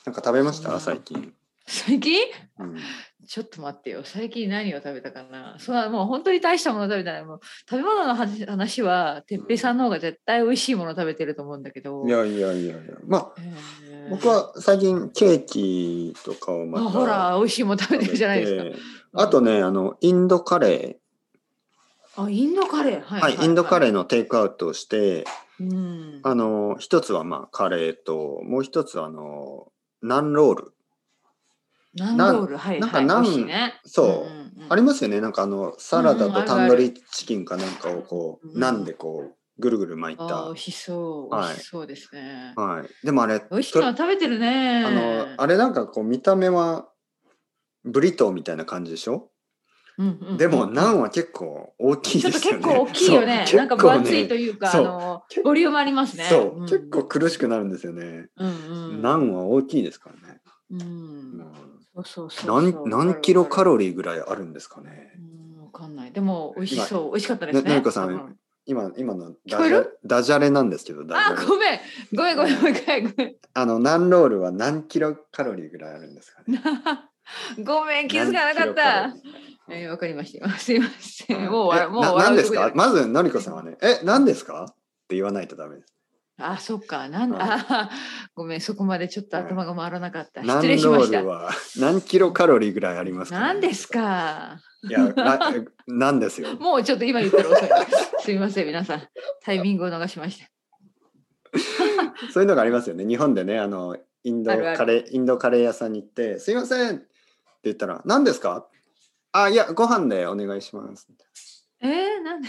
なんか食べました最近？ 最近、 うん、 ちょっと待ってよ。最近何を食べたかな。そんなもう本当に大したもの食べたない。もう食べ物の話は、てっぺいさんの方が絶対美味しいもの食べてると思うんだけど。 いや、まあ、僕は最近ケーキとかをまたほら、美味しいもの食べてるじゃないですか。 あとね、インドカレー。インドカレー。 はい、インドカレーのテイクアウトをして、一つはまあカレーと、もう一つはナンロール。 ナンロール、はい、 なんかナン、そう、ありますよね。なんかサラダとタンドリーチキンかなんかをこう、ナンでこう、ぐるぐる巻いた。 美味しそう、美味しそうですね。 はい。でもあれ、 美味しいのは食べてるね。 あれなんかこう、見た目はブリトーみたいな感じでしょ？でもナンは結構大きいですよね。 ちょっと結構大きいよね。なんか分厚いというか、ボリュームありますね。 そう、結構苦しくなるんですよね。ナンは大きいですからね。何キロカロリーぐらいあるんですかね。 わかんない。でも美味しそう、美味しかったですね。 のりこさん、今のダジャレなんですけど。 ごめん。 ナンロールは何キロカロリーぐらいあるんですかね。 ごめん、気づかなかった。わかりました。すいません。もう何ですか？まずのりこさんはね、何ですかって言わないとダメです。 そっか。ごめん、そこまでちょっと頭が回らなかった。失礼しました。 ナンロールは何キロカロリーぐらいありますか？ 何ですか？ いや、なんですよ。 もうちょっと今言ったら遅い。すみません、皆さん。タイミングを逃しました。 そういうのがありますよね。日本でね、インドカレー屋さんに行って、すいませんって言ったら、何ですか？いや、ご飯でお願いします。 なんで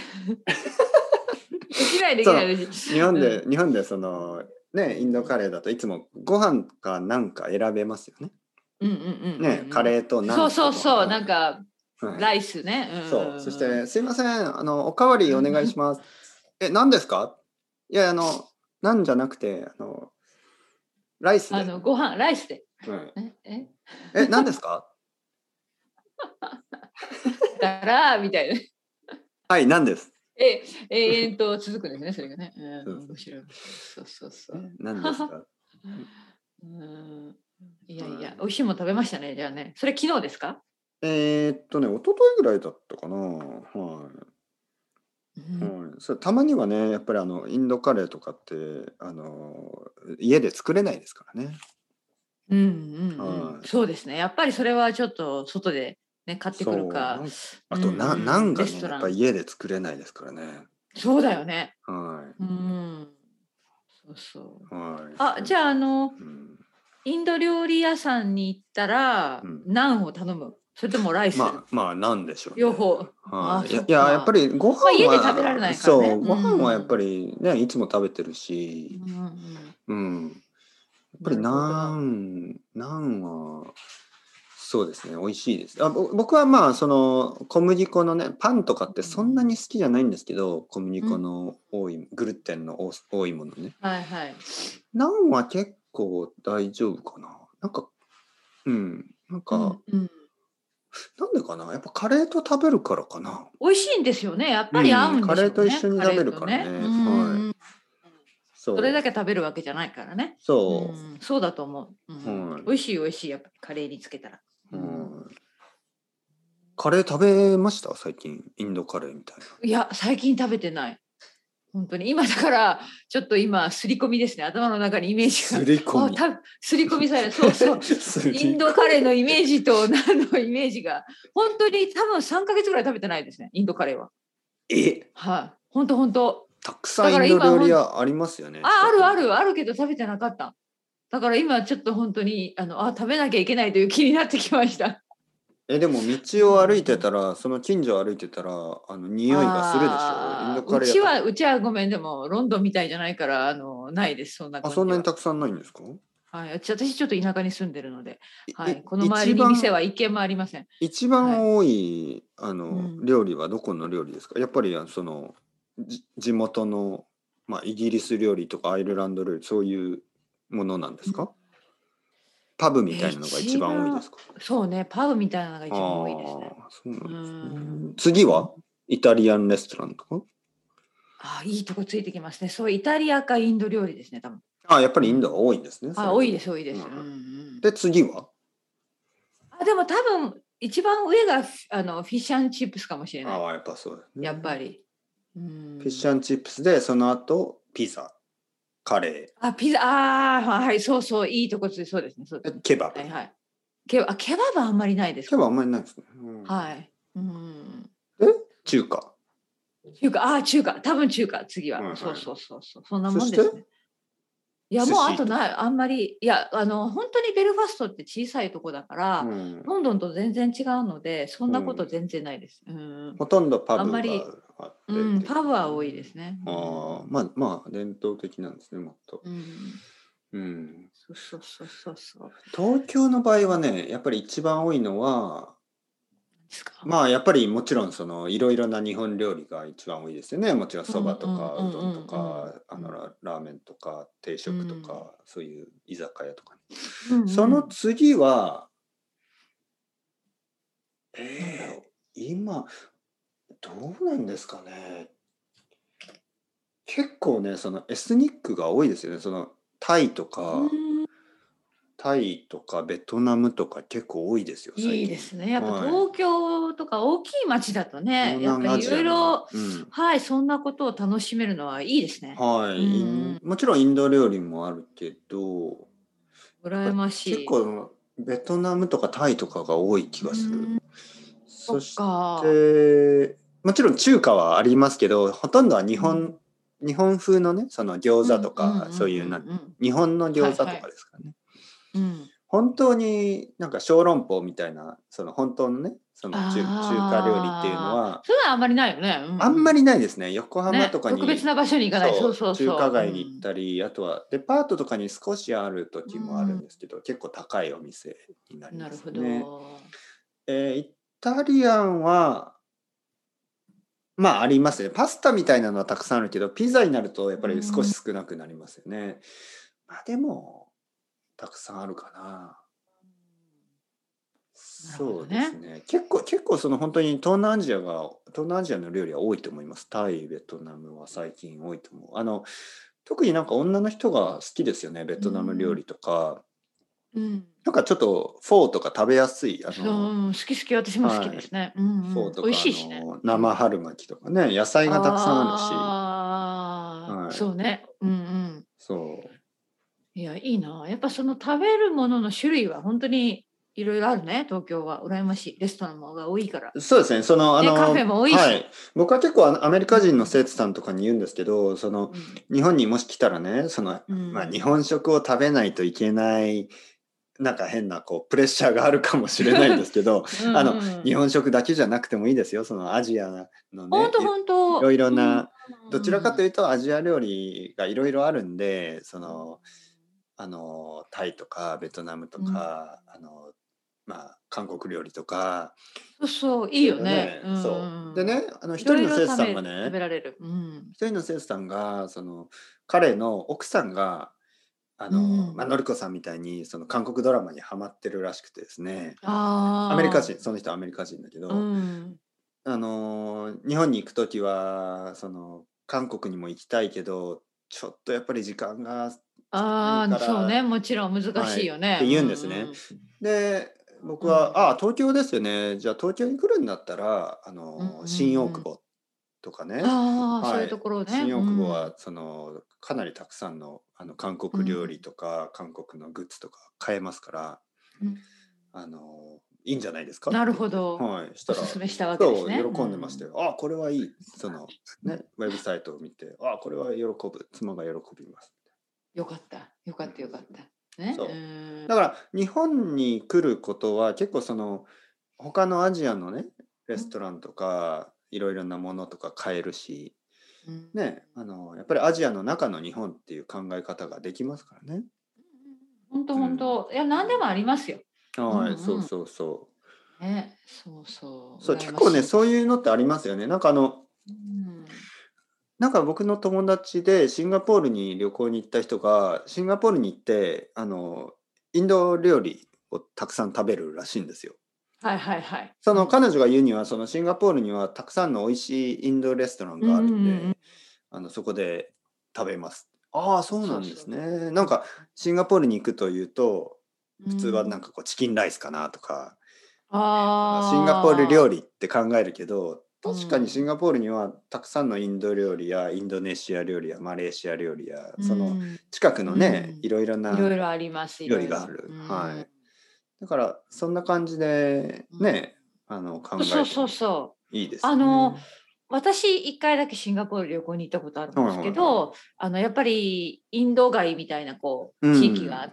できないです。 日本でその、ね、インドカレーだといつもご飯かなんか選べますよね。ね、カレーとナン。 そう、なんか、ライスね。 そう。そして、すいません、おかわりお願いします。何ですか？いや、なんじゃなくて、ライスで。 ご飯、ライスで。 何ですか？ だらみたいな。 はい、何です。 続くんですね、それがね。面白い。そう。 何ですか？ いや、美味しいもの食べましたね、じゃあね。それ昨日ですか？ 一昨日ぐらいだったかな。はい。それたまにはね、やっぱりインドカレーとかって家で作れないですからね。 そうですね。やっぱりそれはちょっと外でね買ってくるか。 あとナンがね、やっぱり家で作れないですからね。 そうだよね。そう。じゃあインド料理屋さんに行ったらナンを頼む。それともライス？ まあなんでしょうね。 両方。 いや、やっぱりご飯は家で食べられないからね。 そう、ご飯はやっぱりね、いつも食べてるし、やっぱりナンはそうですね、美味しいです。僕はまあその小麦粉のね、パンとかってそんなに好きじゃないんですけど、小麦粉の多い、グルテンの多いものね。ナンは結構大丈夫かな。なんでかな、やっぱカレーと食べるからかな。 美味しいんですよね。やっぱり合うんでしょうね。 カレーと一緒に食べるからね。 それだけ食べるわけじゃないからね。そうだと思う。美味しい。やっぱカレーにつけたら。 カレー食べました最近？インドカレーみたいな。 いや、最近食べてない。本当に今だからちょっと今すり込みですね。頭の中にイメージが。すり込みされる。そうインドカレーのイメージと何のイメージが本当に多分3ヶ月ぐらい食べてないですね。インドカレーは。はい。本当。 たくさんインド料理屋ありますよね。 あるけど食べてなかった。だから今ちょっと本当に食べなきゃいけないという気になってきました。 でも道を歩いてたら、その近所を歩いてたら匂いがするでしょ。インドカレーうちはごめん、でもロンドンみたいじゃないからないです。そんなそんなにたくさんないんですか？ はい、私ちょっと田舎に住んでるので、この周りに店は一軒もありません。 一番多い料理はどこの料理ですか？やっぱりその地元のイギリス料理とかアイルランド料理、そういうものなんですか？パブみたいなのが一番多いですか？ そうね、パブみたいなのが一番多いですね。 そうなんですね。次はイタリアンレストランとか？ いいとこついてきますね。そうイタリアかインド料理ですね、多分。 あ、やっぱりインドは多いんですね。 多いです、多いです。 で、次は？ でも多分一番上がフィッシュチップスかもしれない。 やっぱそうですね。 やっぱり。 フィッシュチップスで、その後ピザ、カレー。ピザ、はい、そうそう、いいとこつ、そうですね。 ケバブ。 はい。ケバブはあんまりないです。 ケバブあんまりないですね。 はい。 で、中華。 中華、多分中華、次は。そう。そんなもんですね。いや、もうあとない、あんまり、いや、本当にベルファストって小さいとこだから、ロンドンと全然違うので、そんなこと全然ないです。 ほとんどパブがあんまり、 あって。 パブは多いですね。 まあ、伝統的なんですね、もっと。 そう。 東京の場合はね、やっぱり一番多いのは、まあやっぱりもちろんいろいろな日本料理が一番多いですよね。もちろんそばとかうどんとかラーメンとか定食とか、そういう居酒屋とか、その次は今どうなんですかね。結構ね、エスニックが多いですよね。タイとかベトナムとか結構多いですよ、最近。 いいですね。やっぱ東京とか大きい町だとね、やっぱりいろいろ、はい、そんなことを楽しめるのはいいですね。 はい。もちろんインド料理もあるけど、 羨ましい。 結構ベトナムとかタイとかが多い気がする。そしてもちろん中華はありますけど、ほとんどは日本風のね、餃子とか、そういう日本の餃子とかですからね。本当になんか小籠包みたいな、本当のね、中華料理っていうのは、 それはあんまりないよね。 あんまりないですね。横浜とかに、 特別な場所に行かない。そう。 中華街に行ったり、あとはデパートとかに少しある時もあるんですけど、結構高いお店になりますね。なるほど。イタリアンはまあありますね。パスタみたいなのはたくさんあるけど、ピザになるとやっぱり少し少なくなりますよね。まあでもたくさんあるかな。そうですね。結構本当に東南アジアの料理は多いと思います。タイ、ベトナムは最近多いと思う。特になんか女の人が好きですよね、ベトナム料理とか。なんかちょっとフォーとか食べやすい。 好き、私も好きですね。 フォーとか美味しいしね。生春巻きとかね、野菜がたくさんあるし。 そうね。 そう。 いや、いいな。やっぱ食べるものの種類は本当にいろいろあるね、東京は。羨ましい。レストランが多いから。 そうですね。カフェも多いし。はい。 僕は結構アメリカ人の生徒さんとかに言うんですけど、日本にもし来たらね、まあ日本食を食べないといけない、なんか変なプレッシャーがあるかもしれないんですけど、日本食だけじゃなくてもいいですよ。アジアのね、 本当いろいろな、どちらかというとアジア料理がいろいろあるんで、タイとかベトナムとか、まあ韓国料理とか。 そういいよね。 そうでね、一人の生徒さんがね、一人の生徒さんが彼の奥さんがまあ、のりこさんみたいに韓国ドラマにハマってるらしくてですね。アメリカ人、その人はアメリカ人だけど、日本に行く時は韓国にも行きたいけど、ちょっとやっぱり時間がそうね、もちろん難しいよね。 って言うんですね。で、僕は東京ですよね。じゃあ東京に来るんだったら新大久保とかね。 そういうところね。 新大久保はかなりたくさんの韓国料理とか、韓国のグッズとか買えますから、いいんじゃないですか。 なるほど。 はい。したらおすすめしたわけですね。 喜んでましたよ。これはいい。ね、ウェブサイトを見て、これは喜ぶ。妻が喜びます。 よかった。ね。 だから日本に来ることは結構他のアジアのねレストランとかいろいろなものとか買えるし、ね、やっぱりアジアの中の日本っていう考え方ができますからね。 本当、いや何でもありますよ。 はい、そうね、 そう結構ねそういうのってありますよね。なんかなんか僕の友達でシンガポールに旅行に行った人がシンガポールに行ってインド料理をたくさん食べるらしいんですよ。 彼女が言うにはシンガポールにはたくさんの美味しいインドレストランがあるんで、そこで食べます。 ああ、そうなんですね。なんかシンガポールに行くというと、普通はなんかこうチキンライスかなとか、シンガポールああ、 料理って考えるけど、確かにシンガポールにはたくさんのインド料理やインドネシア料理やマレーシア料理や、その近くのね、いろいろないろいろあります、い料ろいろ。 理がある。はい。だからそんな感じでね、考そうそうえてもそう。 いいですよね。 私一回だけシンガポール旅行に行ったことあるんはいですけはいはど、やっぱりインド街みたいなこい。うう地域があ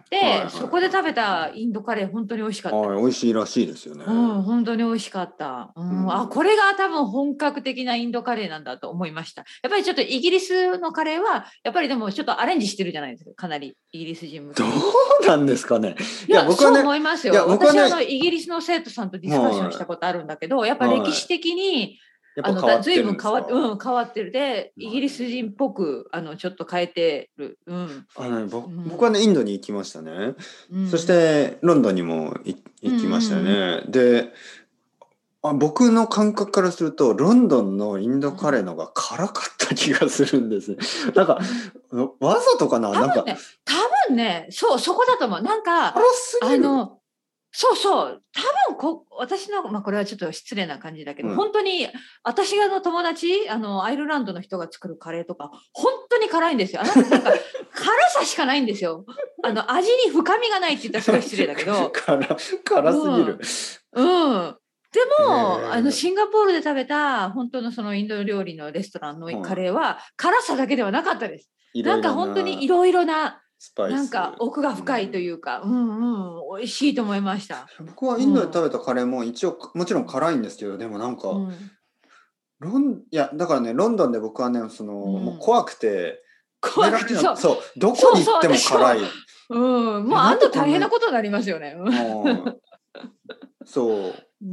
ん。 って、 はいはいそこで食べはたインドカレー本当に美味しかい。 ったです。 はい、美味しいらしいですよね。 本当に美味しかった。 うん。 これが多分本格的なインドカレーなんだと思いました。やっぱりちょっとイギリスのカレーは、やっぱりでもちょっとアレンジしてるじゃないですか。かなりイギリス人向どけに。 うなんですかね。 いや、 僕はね、 そう思いますいや、 よ。 僕はね、 私イギリスの生徒さんとディスカッションしたはことあるんだけど、やっい、 ぱ歴史はい。 的に、 やっぱ変わって随るんですか。 分変わってるで、イギリス人っぽく、ちょっと変えてる。 僕はね、インドに行きましたね。そしうん、 て、ロンドンにもうん、 行きましたようん、 ね。で、僕の感覚からすると、ロンドンのインドカレーの方が辛かった気がするんですね。なんか、わざとかな、なんか、 多分ね、そう、そこだと思う。なんか、 辛すぎる。 そうそう、多分私の、これはちょっと失礼な感じだけど、 うん。 本当に、私が友達、アイルランドの人が作るカレーとか、本当に辛いんですよ。なんか、辛さしかないんですよ。味に深みがないって言ったらすごい失礼だけど、 辛すぎる。 うん、うん。でへも、 え。 シンガポールで食べた、本当のそのインド料理のレストランのカはレーは、辛さだけではなかったです。 い。いろいろなんか本当にいなろいろな、 スパイなんス。 か奥がう深いといん。 うか、美味しいと思いました。 僕はインドでうん。 食べたカレーも一応もちろん辛いんですけど、でもなんか、 うん。 いや、だからね、ロンドンで僕はね、もううん。 怖くて、食べ怖くて、 られなそう、どこそうそう、 に行っても私も、 辛い。 もうなんでこんなに、 大変なことになりますよね。 うん、そう、 うん。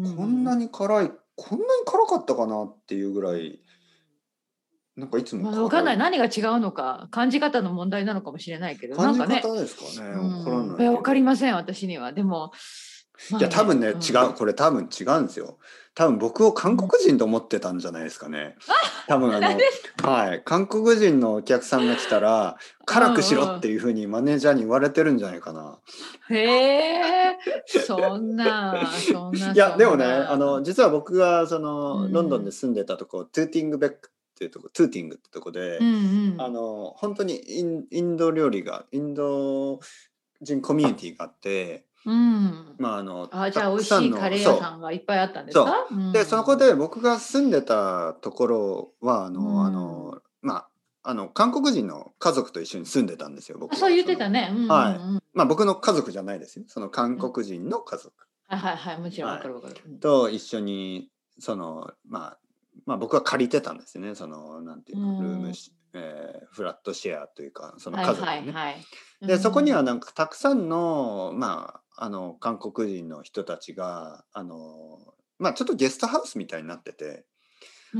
こんなに辛かったかなっていうぐらい、なんかいつもわかんない。 辛い。 何が違うのか、感じ方の問題なのかもしれないけど、 感じなんかね、 方ですかね、わからないわけど。 かりません、私には。でも、 いや、多分ね、これ多分違うんですよ。多分僕を韓うん。 国人と思ってたんじゃないですかね。多分なんで、 はい、韓国人のお客さんが来たら、 う辛くしろんうん。 っていう風にマネージャーに言われてるんじゃないかな。 へえ、そんな、そんな、 いや、 そんでもね、 な。 実は僕がうロンドンでん。 住んでたとこ、トゥーティングってとこで、 うんうん。 本当にインド人コミュニティがあって、 うん。じたゃあ、美味くさんの、 しいカレー屋さんがいっぱいあったんですか？うで、そこでん。 僕が住んでたところは、 うん。 韓国人の家族と一緒に住んでたんですよ、僕そうは。 言ってたね。うんうはい。 んうん。 僕の家族じゃないですよ。その韓うん。 国人の家族。 はいはいはい。もちろんわはい。 かるわかる。うん。 と一緒に、僕は借りてたんですよね。なんていううの、ルームん。 シ、フラットシェアというか、そのはいは家族でね。 いはい。うで、そこにはん。 なんかたくさんの、韓国人の人たちが、ちょっとゲストハウスみたいになってて、 うん。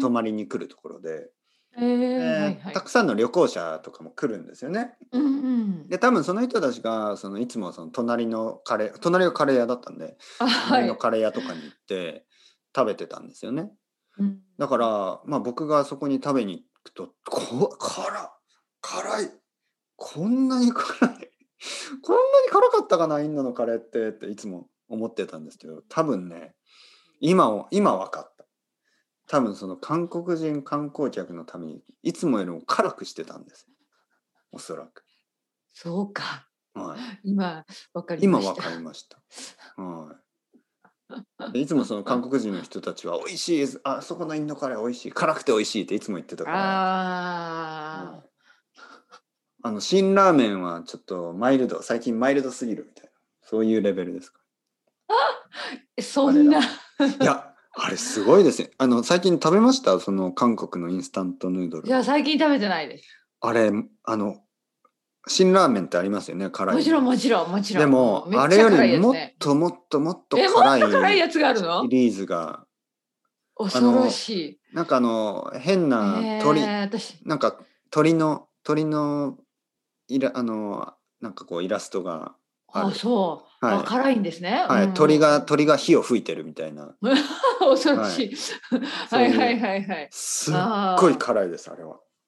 泊まりに来るところで、 はいはい。 たくさんの旅行者とかも来るんですよね。 うんうん。 で、多分その人たちが、いつも隣がカレー屋だったんで、隣のはい。 カレー屋とかに行って食べてたんですよね。 うん。 だから、僕がそこに食べに行くと、辛い、こんなに辛い、こんなに辛かったかな、インドのカレーっていつも思ってたんですけど、多分ね、今分かった。多分その韓国人観光客のために、いつもよりも辛くしてたんです。おそらく。 そうか。 はい。 今わかりま今分した。 かりました。はい。でいつもその韓国人の人たちは美味しいです。あそこのインドカレー美味しい。辛くて美味しいっていつも言ってたから。はああ。 い。辛ラーメンはちょっと最近マイルドすぎるみたいな。そういうレベルですか。 そんな。 あれらは。いや、あれすごいですね。最近食べました？その韓国のインスタントヌードル。 じゃあ最近食べてないです。 あれ、辛ラーメンってありますよね、辛いの。 もちろんもちろんもちろん。もうでも、 めっちゃあれよりもっ辛いやつね。 ともっともっともっ辛と辛いやいつがあるの？ シリーズが、あ恐ろの、 しなんか変い。 な私。 なんか鳥のなんかこうイラストがある。 そう。 はい。 辛いんですね。うはい。 んうんうん。 鳥が火を吹いてるみたいな。 恐ろはい。 しい。はいはいそういう、 はいはい。 すっごいああ。 辛いです、あれは。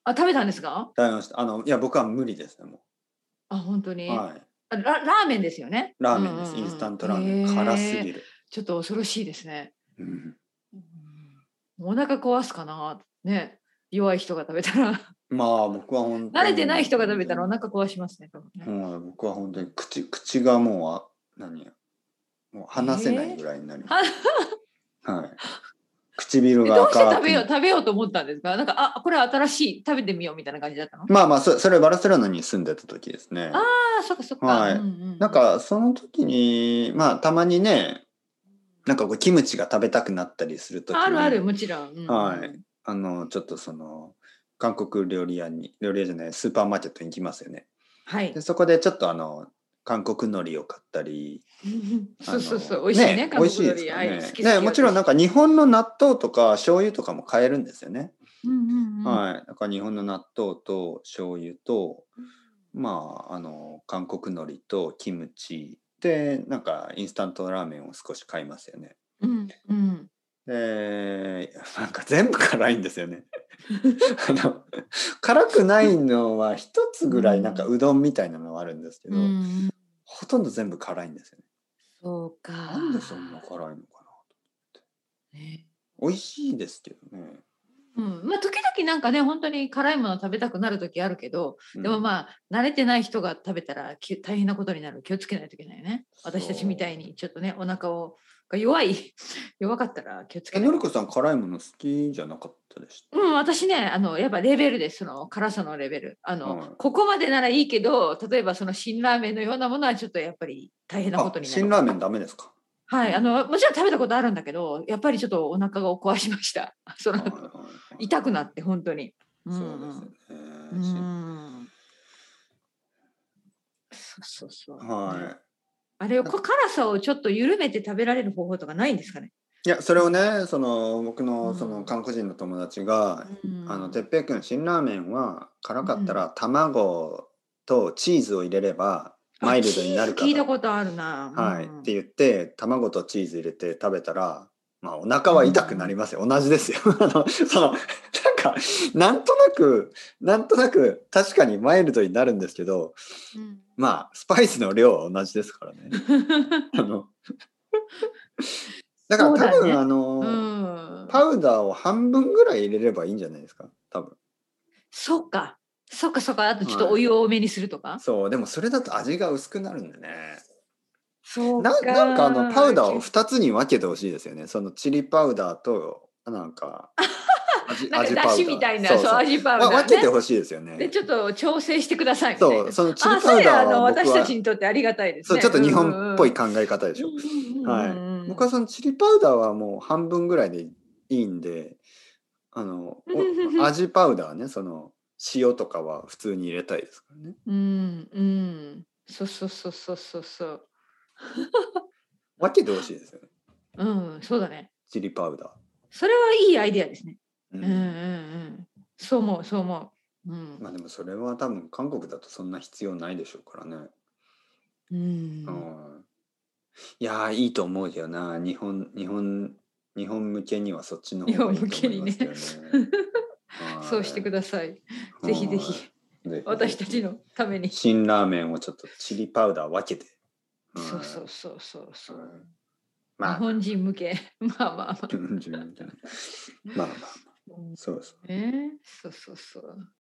あ、食べたんですか？ 食べました。いや、僕は無理ですね、もあ、本当う。 に。 はい。 ラーメンですよね。 ラーメンです。インスタントラーメン。辛すぎる。 ちょっと恐ろしいですね。 うん、 お腹壊すかな。ね。弱い人が食べたら。 まあ、僕は本当に。 慣れてない人が食べたらお腹壊しますね。 僕は本当に口がもう、もう離せないぐらいになります。はい。唇がどうして赤く食べようと思ったんですか？なんか、これ新しい、食べてみようみたいな感じだったの？ まあまあ、それバルセロナに住んでた時ですね。 ああ、そっかそっか。 はい。なんか、その時に、まあ、たまにね、なんかキムチが食べたくなったりする時に。 あるある、もちろん。 はい。ちょっと韓国料理屋じゃない、スーパーマーケットに行きますよね。 はい。 でそこでちょっと韓国海苔を買ったり。 そう、美味しいね、 韓国海苔。 はい、好きね、もちろんなんか日本の納豆とか醤油とかも買えるんですよね。はい。なんか日本の納豆と醤油と、まあ、韓国海苔とキムチで、なんかインスタントラーメンを少し買いますよね。なんか全部辛いんですよね。辛くないのは一つぐらいなんかうどんみたいなのはあるんですけど、ほとんど全部辛いんですよね。 そうか。 なんでそんな辛いのかなと思って。美味しいですけどね。 まあ時々なんかね、本当に辛いもの食べたくなる時あるけど、でもまあ慣れてない人が食べたら大変なことになる。気をつけないといけないよね。私たちみたいにちょっとね、お腹が弱かったら気をつけない。 のりこさん辛いもの好きじゃなかったでした？ 私ね、やっぱレベルです。その辛さのレベル。ここまでならいいけど、例えばその辛ラーメンのようなものはちょっとやっぱり大変なことになる。 辛ラーメンダメですか？ はい、もちろん食べたことあるんだけど、やっぱりちょっとお腹を壊しました。その後、痛くなって本当に。 そうですね。 そう。 はい。 あれを辛さをちょっと緩めて食べられる方法とかないんですかね？ いや、それをね、僕の韓国人の友達が、てっぺい君、辛ラーメンは辛かったら卵とチーズを入れればマイルドになるから。 聞いたことあるな。 はい。って言って、卵とチーズ入れて食べたら、まあお腹は痛くなりますよ。同じですよ。なんか、なんとなく確かにマイルドになるんですけど、まあスパイスの量は同じですからね。だから多分パウダーを半分ぐらい入れればいいんじゃないですか、多分。 そうか。あとちょっとお湯を多めにするとか。 そう、でもそれだと味が薄くなるんでね。 そうか。 なんかパウダーを2つに分けてほしいですよね。そのチリパウダーとなんか味パウダーみたいな、そう味パウダー、 分けてほしいですよね。 でちょっと調整してくださいみたいな。 そう、そのチリパウダーは私たちにとってありがたいですね。 そう、ちょっと日本っぽい考え方でしょ。はい。僕はそのチリパウダーはもう半分ぐらいでいいんで、味パウダーね、その塩とかは普通に入れたいですからね。 そう。 分けてほしいですよね。 そうだね。 チリパウダー。 それはいいアイデアですね。そう思う。 まあでもそれは多分韓国だとそんな必要ないでしょうからね。いやいいと思うよな。日本向けにはそっちの方がいいと思いますよね。 そうしてください。ぜひぜひ。私たちのために。 辛ラーメンをちょっとチリパウダー分けて。 そう。 まあ、 日本人向け。まあ。 日本人向け。まあ。そう。 そう。